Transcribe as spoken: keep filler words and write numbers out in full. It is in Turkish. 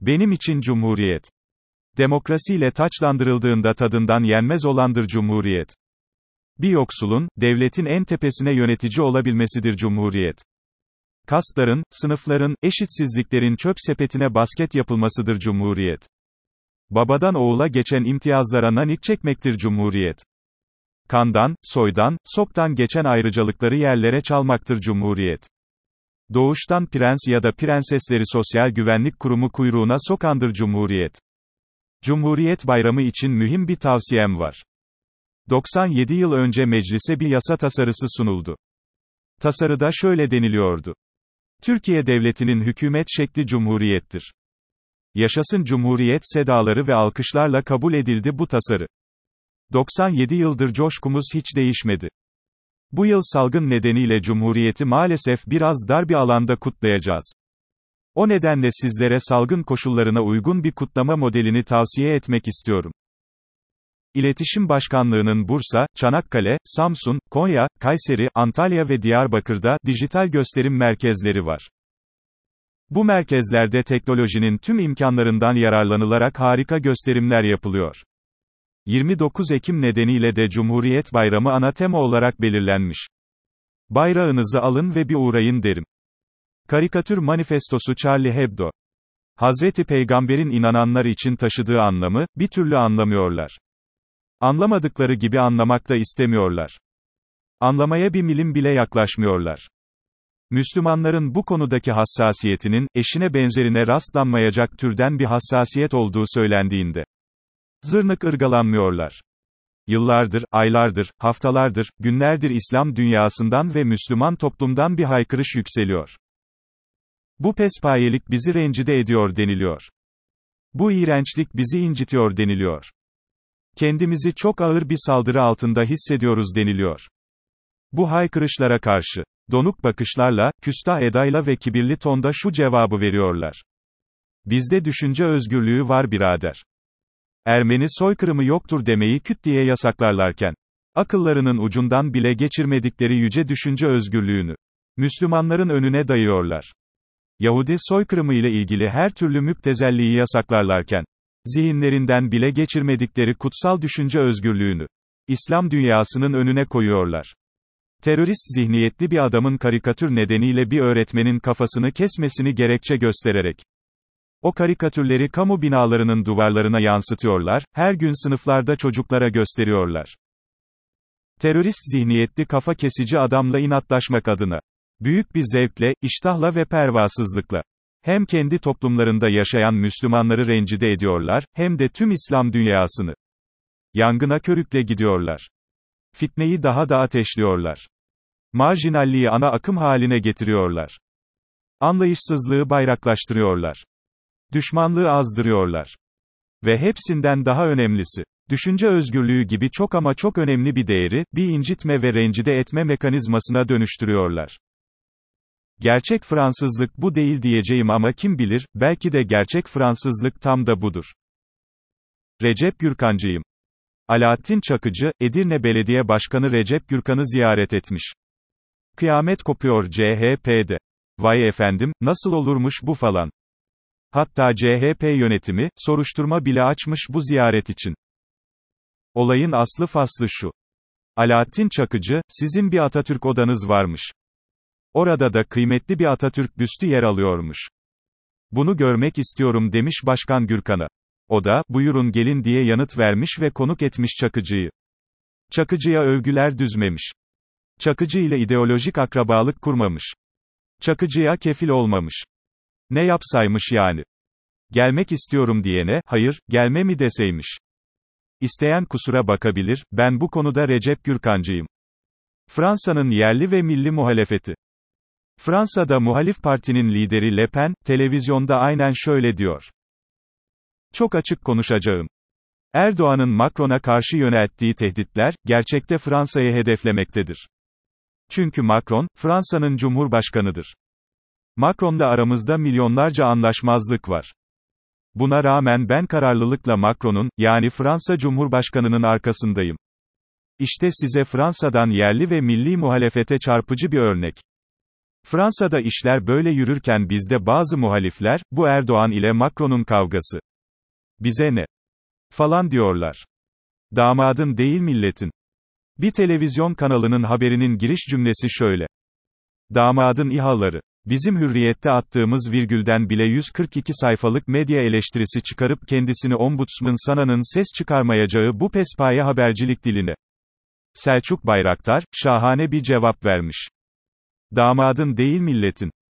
Benim için Cumhuriyet. Demokrasiyle taçlandırıldığında tadından yenmez olandır Cumhuriyet. Bir yoksulun, devletin en tepesine yönetici olabilmesidir Cumhuriyet. Kastların, sınıfların, eşitsizliklerin çöp sepetine basket yapılmasıdır Cumhuriyet. Babadan oğula geçen imtiyazlara nanik çekmektir Cumhuriyet. Kandan, soydan, soktan geçen ayrıcalıkları yerlere çalmaktır Cumhuriyet. Doğuştan prens ya da prensesleri Sosyal Güvenlik Kurumu kuyruğuna sokandır Cumhuriyet. Cumhuriyet Bayramı için mühim bir tavsiyem var. doksan yedi yıl önce meclise bir yasa tasarısı sunuldu. Tasarıda şöyle deniliyordu. Türkiye Devleti'nin hükümet şekli Cumhuriyettir. Yaşasın Cumhuriyet sedaları ve alkışlarla kabul edildi bu tasarı. doksan yedi yıldır coşkumuz hiç değişmedi. Bu yıl salgın nedeniyle Cumhuriyeti maalesef biraz dar bir alanda kutlayacağız. O nedenle sizlere salgın koşullarına uygun bir kutlama modelini tavsiye etmek istiyorum. İletişim Başkanlığı'nın Bursa, Çanakkale, Samsun, Konya, Kayseri, Antalya ve Diyarbakır'da dijital gösterim merkezleri var. Bu merkezlerde teknolojinin tüm imkanlarından yararlanılarak harika gösterimler yapılıyor. yirmi dokuz Ekim nedeniyle de Cumhuriyet Bayramı ana tema olarak belirlenmiş. Bayrağınızı alın ve bir uğrayın derim. Karikatür manifestosu Charlie Hebdo. Hazreti Peygamber'in inananlar için taşıdığı anlamı, bir türlü anlamıyorlar. Anlamadıkları gibi anlamak da istemiyorlar. Anlamaya bir milim bile yaklaşmıyorlar. Müslümanların bu konudaki hassasiyetinin, eşine benzerine rastlanmayacak türden bir hassasiyet olduğu söylendiğinde, zırnık ırgalanmıyorlar. Yıllardır, aylardır, haftalardır, günlerdir İslam dünyasından ve Müslüman toplumdan bir haykırış yükseliyor. Bu pespayelik bizi rencide ediyor deniliyor. Bu iğrençlik bizi incitiyor deniliyor. Kendimizi çok ağır bir saldırı altında hissediyoruz deniliyor. Bu haykırışlara karşı, donuk bakışlarla, küstah edayla ve kibirli tonda şu cevabı veriyorlar. Bizde düşünce özgürlüğü var birader. Ermeni soykırımı yoktur demeyi küt diye yasaklarlarken, akıllarının ucundan bile geçirmedikleri yüce düşünce özgürlüğünü, Müslümanların önüne dayıyorlar. Yahudi soykırımı ile ilgili her türlü müptezelliği yasaklarlarken, zihinlerinden bile geçirmedikleri kutsal düşünce özgürlüğünü, İslam dünyasının önüne koyuyorlar. Terörist zihniyetli bir adamın karikatür nedeniyle bir öğretmenin kafasını kesmesini gerekçe göstererek, o karikatürleri kamu binalarının duvarlarına yansıtıyorlar, her gün sınıflarda çocuklara gösteriyorlar. Terörist zihniyetli kafa kesici adamla inatlaşmak adına, büyük bir zevkle, iştahla ve pervasızlıkla, hem kendi toplumlarında yaşayan Müslümanları rencide ediyorlar, hem de tüm İslam dünyasını yangına körükle gidiyorlar. Fitneyi daha da ateşliyorlar. Marjinalliği ana akım haline getiriyorlar. Anlayışsızlığı bayraklaştırıyorlar. Düşmanlığı azdırıyorlar. Ve hepsinden daha önemlisi, düşünce özgürlüğü gibi çok ama çok önemli bir değeri, bir incitme ve rencide etme mekanizmasına dönüştürüyorlar. Gerçek Fransızlık bu değil diyeceğim ama kim bilir, belki de gerçek Fransızlık tam da budur. Recep Gürkancıyım. Alaaddin Çakıcı, Edirne Belediye Başkanı Recep Gürkan'ı ziyaret etmiş. Kıyamet kopuyor C H P'de. Vay efendim, nasıl olurmuş bu falan. Hatta C H P yönetimi, soruşturma bile açmış bu ziyaret için. Olayın aslı faslı şu. Alaaddin Çakıcı, sizin bir Atatürk odanız varmış. Orada da kıymetli bir Atatürk büstü yer alıyormuş. Bunu görmek istiyorum demiş Başkan Gürkan'a. O da, buyurun gelin diye yanıt vermiş ve konuk etmiş Çakıcı'yı. Çakıcı'ya övgüler düzmemiş. Çakıcı ile ideolojik akrabalık kurmamış. Çakıcı'ya kefil olmamış. Ne yapsaymış yani? Gelmek istiyorum diyene, hayır, gelme mi deseymiş. İsteyen kusura bakabilir, ben bu konuda Recep Gürkancıyım. Fransa'nın yerli ve milli muhalefeti. Fransa'da muhalif partinin lideri Le Pen, televizyonda aynen şöyle diyor. Çok açık konuşacağım. Erdoğan'ın Macron'a karşı yönelttiği tehditler, gerçekte Fransa'yı hedeflemektedir. Çünkü Macron, Fransa'nın cumhurbaşkanıdır. Macron'la aramızda milyonlarca anlaşmazlık var. Buna rağmen ben kararlılıkla Macron'un, yani Fransa Cumhurbaşkanı'nın arkasındayım. İşte size Fransa'dan yerli ve milli muhalefete çarpıcı bir örnek. Fransa'da işler böyle yürürken bizde bazı muhalifler, bu Erdoğan ile Macron'un kavgası. Bize ne? Falan diyorlar. Damadın değil milletin. Bir televizyon kanalının haberinin giriş cümlesi şöyle. Damadın İHA'ları. Bizim Hürriyet'te attığımız virgülden bile yüz kırk iki sayfalık medya eleştirisi çıkarıp kendisini ombudsman sananın ses çıkarmayacağı bu pespaye habercilik diline. Selçuk Bayraktar, şahane bir cevap vermiş. Damadın değil milletin.